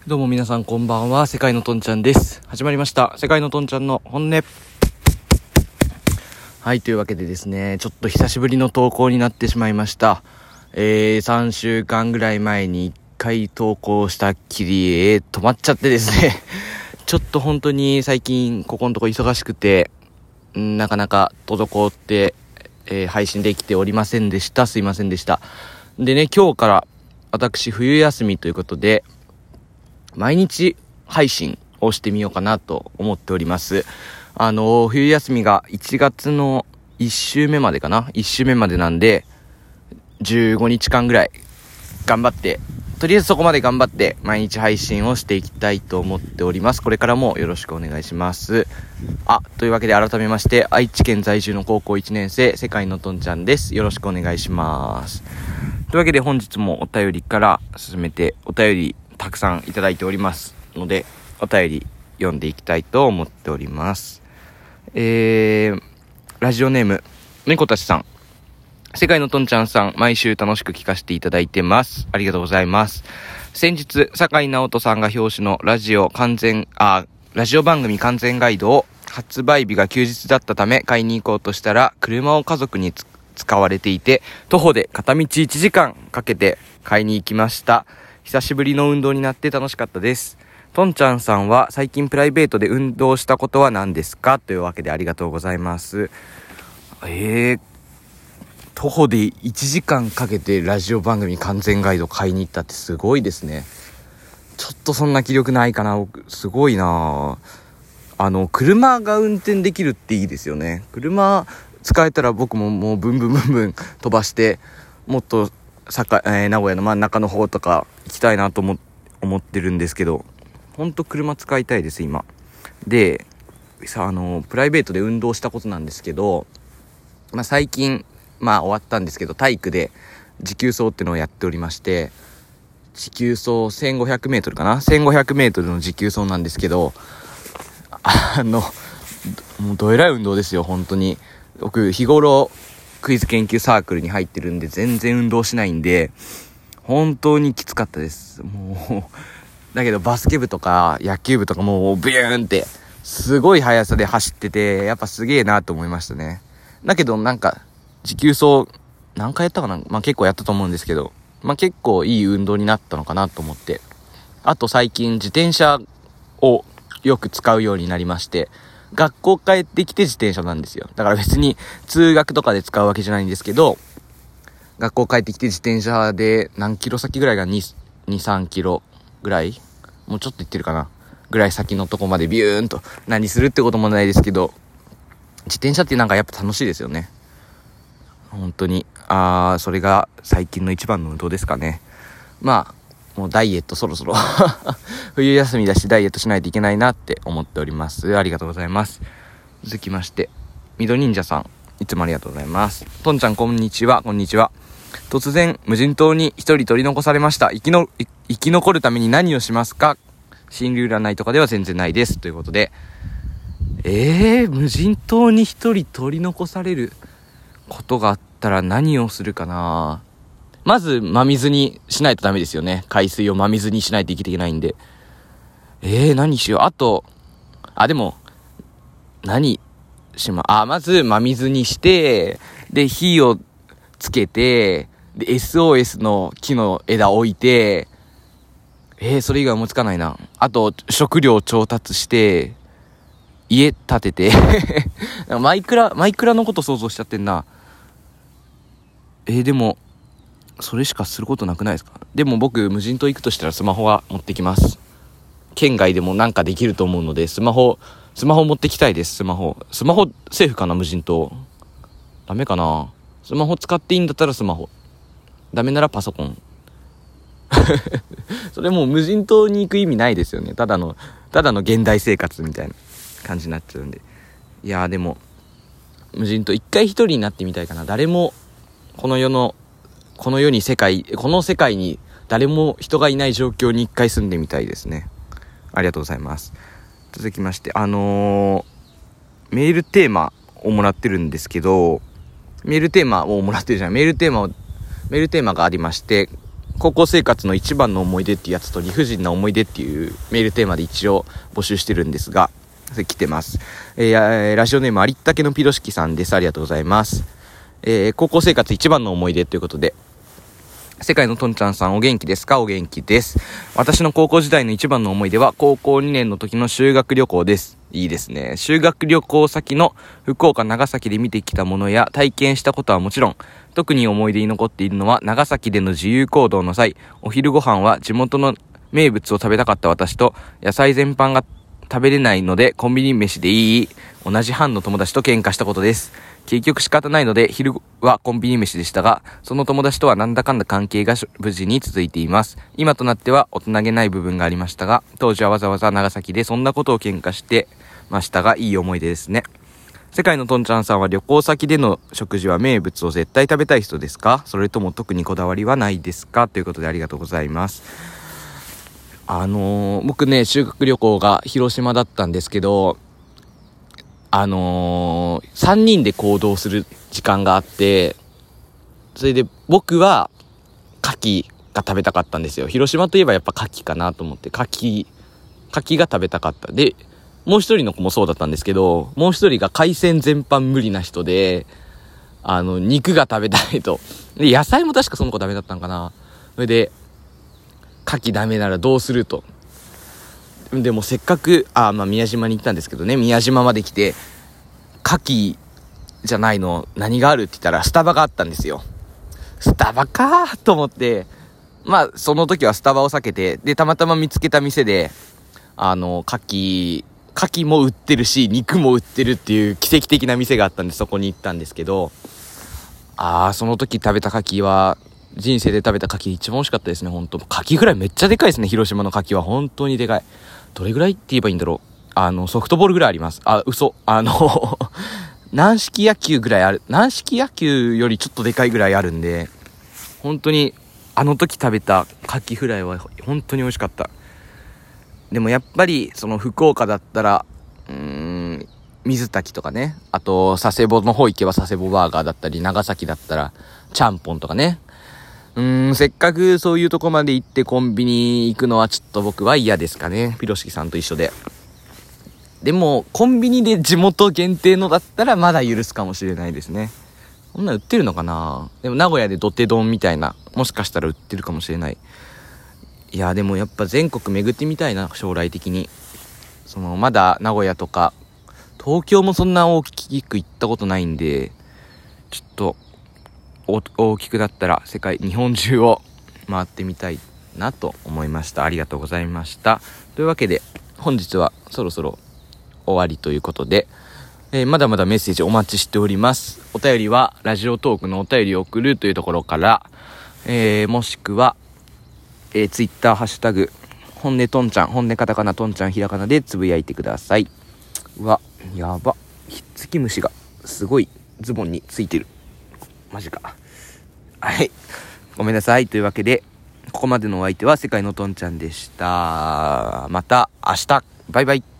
どうも皆さんこんばんは。世界のとんちゃんです。始まりました世界のとんちゃんの本音。はい、というわけでですね、ちょっと久しぶりの投稿になってしまいました。3週間ぐらい前に1回投稿したっきり、止まっちゃってですねちょっと本当に最近ここのとこ忙しくて、なかなか滞って、配信できておりませんでした。すいませんでした。でね、今日から私冬休みということで毎日配信をしてみようかなと思っております。冬休みが1月の1週目までかな、1週目までなんで15日間ぐらい頑張って、とりあえずそこまで頑張って毎日配信をしていきたいと思っております。これからもよろしくお願いします。というわけで改めまして、愛知県在住の高校1年生世界のとんちゃんです。よろしくお願いします。というわけで本日もお便りから進めて、お便りたくさんいただいておりますので、お便り読んでいきたいと思っております。ラジオネーム猫たちさん、世界のとんちゃんさん、毎週楽しく聞かせていただいてます。ありがとうございます。先日酒井直人さんが表紙のラジオ番組完全ガイドを発売日が休日だったため買いに行こうとしたら、車を家族に使われていて、徒歩で片道1時間かけて買いに行きました。久しぶりの運動になって楽しかったです。とんちゃんさんは最近プライベートで運動したことは何ですか？というわけでありがとうございます。徒歩で1時間かけてラジオ番組完全ガイド買いに行ったってすごいですね。ちょっとそんな気力ないかな。すごいな。車が運転できるっていいですよね。車使えたら僕ももうブンブンブンブン飛ばして、もっと名古屋の真ん中の方とか行きたいなと思ってるんですけど、ほんと車使いたいです今。でプライベートで運動したことなんですけど、最近終わったんですけど、体育で持久走ってのをやっておりまして、持久走1500メートルかな、1500メートルの持久走なんですけど、もうどえらい運動ですよ本当に。僕日頃クイズ研究サークルに入ってるんで全然運動しないんで本当にきつかったです。もうだけどバスケ部とか野球部とかもうビューンってすごい速さで走ってて、やっぱすげえなと思いましたね。だけどなんか持久走何回やったかな、結構やったと思うんですけど、結構いい運動になったのかなと思って、あと最近自転車をよく使うようになりまして、学校帰ってきて自転車なんですよ。だから別に通学とかで使うわけじゃないんですけど、学校帰ってきて自転車で何キロ先ぐらいが 2,3 キロぐらい、もうちょっと行ってるかなぐらい先のとこまでビューンと、何するってこともないですけど、自転車ってなんかやっぱ楽しいですよね本当に。それが最近の一番の運動ですかね。もうダイエットそろそろ冬休みだしダイエットしないといけないなって思っております。ありがとうございます。続きまして緑忍者さん、いつもありがとうございます。とんちゃんこんにちは。こんにちは。突然無人島に一人取り残されました。生き残るために何をしますか？心理占いとかでは全然ないです、ということで、無人島に一人取り残されることがあったら何をするかな。まず真水にしないとダメですよね。海水を真水にしないと生きていけないんで。何しよう。あとでもまず真水にして、で火をつけて、で SOS の木の枝を置いて、それ以外思いつかないな。あと食料調達して家建ててマイクラのこと想像しちゃってんな。でもそれしかすることなくないですか？でも僕無人島行くとしたらスマホは持ってきます。県外でもなんかできると思うのでスマホ持ってきたいです。スマホセーフかな？無人島ダメかな？スマホ使っていいんだったらスマホ、ダメならパソコンそれもう無人島に行く意味ないですよね。ただの現代生活みたいな感じになっちゃうんで。いやでも無人島一回一人になってみたいかな。誰もこの世界に誰も人がいない状況に一回住んでみたいですね。ありがとうございます。続きましてメールテーマをもらってるんですけど、メールテーマがありまして、 高校生活の一番の思い出っていうやつと理不尽な思い出っていうメールテーマで一応募集してるんですが、それ来てます。ラジオネームありったけのピロシキさんです。ありがとうございます。高校生活一番の思い出ということで、世界のとんちゃんさん、お元気ですか？お元気です。私の高校時代の一番の思い出は高校2年の時の修学旅行です。いいですね。修学旅行先の福岡長崎で見てきたものや体験したことはもちろん、特に思い出に残っているのは長崎での自由行動の際、お昼ご飯は地元の名物を食べたかった私と、野菜全般が食べれないのでコンビニ飯でいい、同じ班の友達と喧嘩したことです。結局仕方ないので昼はコンビニ飯でしたが、その友達とはなんだかんだ関係が無事に続いています。今となっては大人げない部分がありましたが、当時はわざわざ長崎でそんなことを喧嘩してましたが、いい思い出ですね。世界のとんちゃんさんは旅行先での食事は名物を絶対食べたい人ですか？それとも特にこだわりはないですか？ということでありがとうございます。僕ね、修学旅行が広島だったんですけど、3人で行動する時間があって、それで僕は牡蠣が食べたかったんですよ。広島といえばやっぱ牡蠣かなと思って、牡蠣が食べたかった。で、もう一人の子もそうだったんですけど、もう一人が海鮮全般無理な人で、肉が食べたいと。で、野菜も確かその子ダメだったのかな。それで、牡蠣ダメならどうすると。でもせっかく宮島に行ったんですけどね、宮島まで来て牡蠣じゃないの何があるって言ったらスタバがあったんですよ。スタバかーと思って、その時はスタバを避けて、でたまたま見つけた店で牡蠣も売ってるし肉も売ってるっていう奇跡的な店があったんで、そこに行ったんですけど、その時食べた牡蠣は人生で食べた牡蠣一番美味しかったですね。本当牡蠣ぐらいめっちゃでかいですね。広島の牡蠣は本当にでかい。どれぐらいって言えばいいんだろう。ソフトボールぐらいあります。嘘。軟式野球ぐらいある。軟式野球よりちょっとでかいぐらいあるんで、本当にあの時食べた牡蠣フライは本当に美味しかった。でもやっぱりその福岡だったら水炊きとかね、あと佐世保の方行けば佐世保バーガーだったり、長崎だったらちゃんぽんとかね。せっかくそういうとこまで行ってコンビニ行くのはちょっと僕は嫌ですかね。ピロシキさんと一緒で。でもコンビニで地元限定のだったらまだ許すかもしれないですね。こんな売ってるのかな。でも名古屋で土手丼みたいな、もしかしたら売ってるかもしれない。いやでもやっぱ全国巡ってみたいな、将来的に。まだ名古屋とか東京もそんな大きく行ったことないんで、ちょっと大きくなったら日本中を回ってみたいなと思いました。ありがとうございました。というわけで本日はそろそろ終わりということで、まだまだメッセージお待ちしております。お便りはラジオトークのお便りを送るというところから、もしくは、ツイッターハッシュタグ本音とんちゃん、本音カタカナとんちゃんひらがなでつぶやいてください。やば、ひっつき虫がすごいズボンについてる。マジか。はい、ごめんなさい。というわけでここまでのお相手は世界のとんちゃんでした。また明日、バイバイ。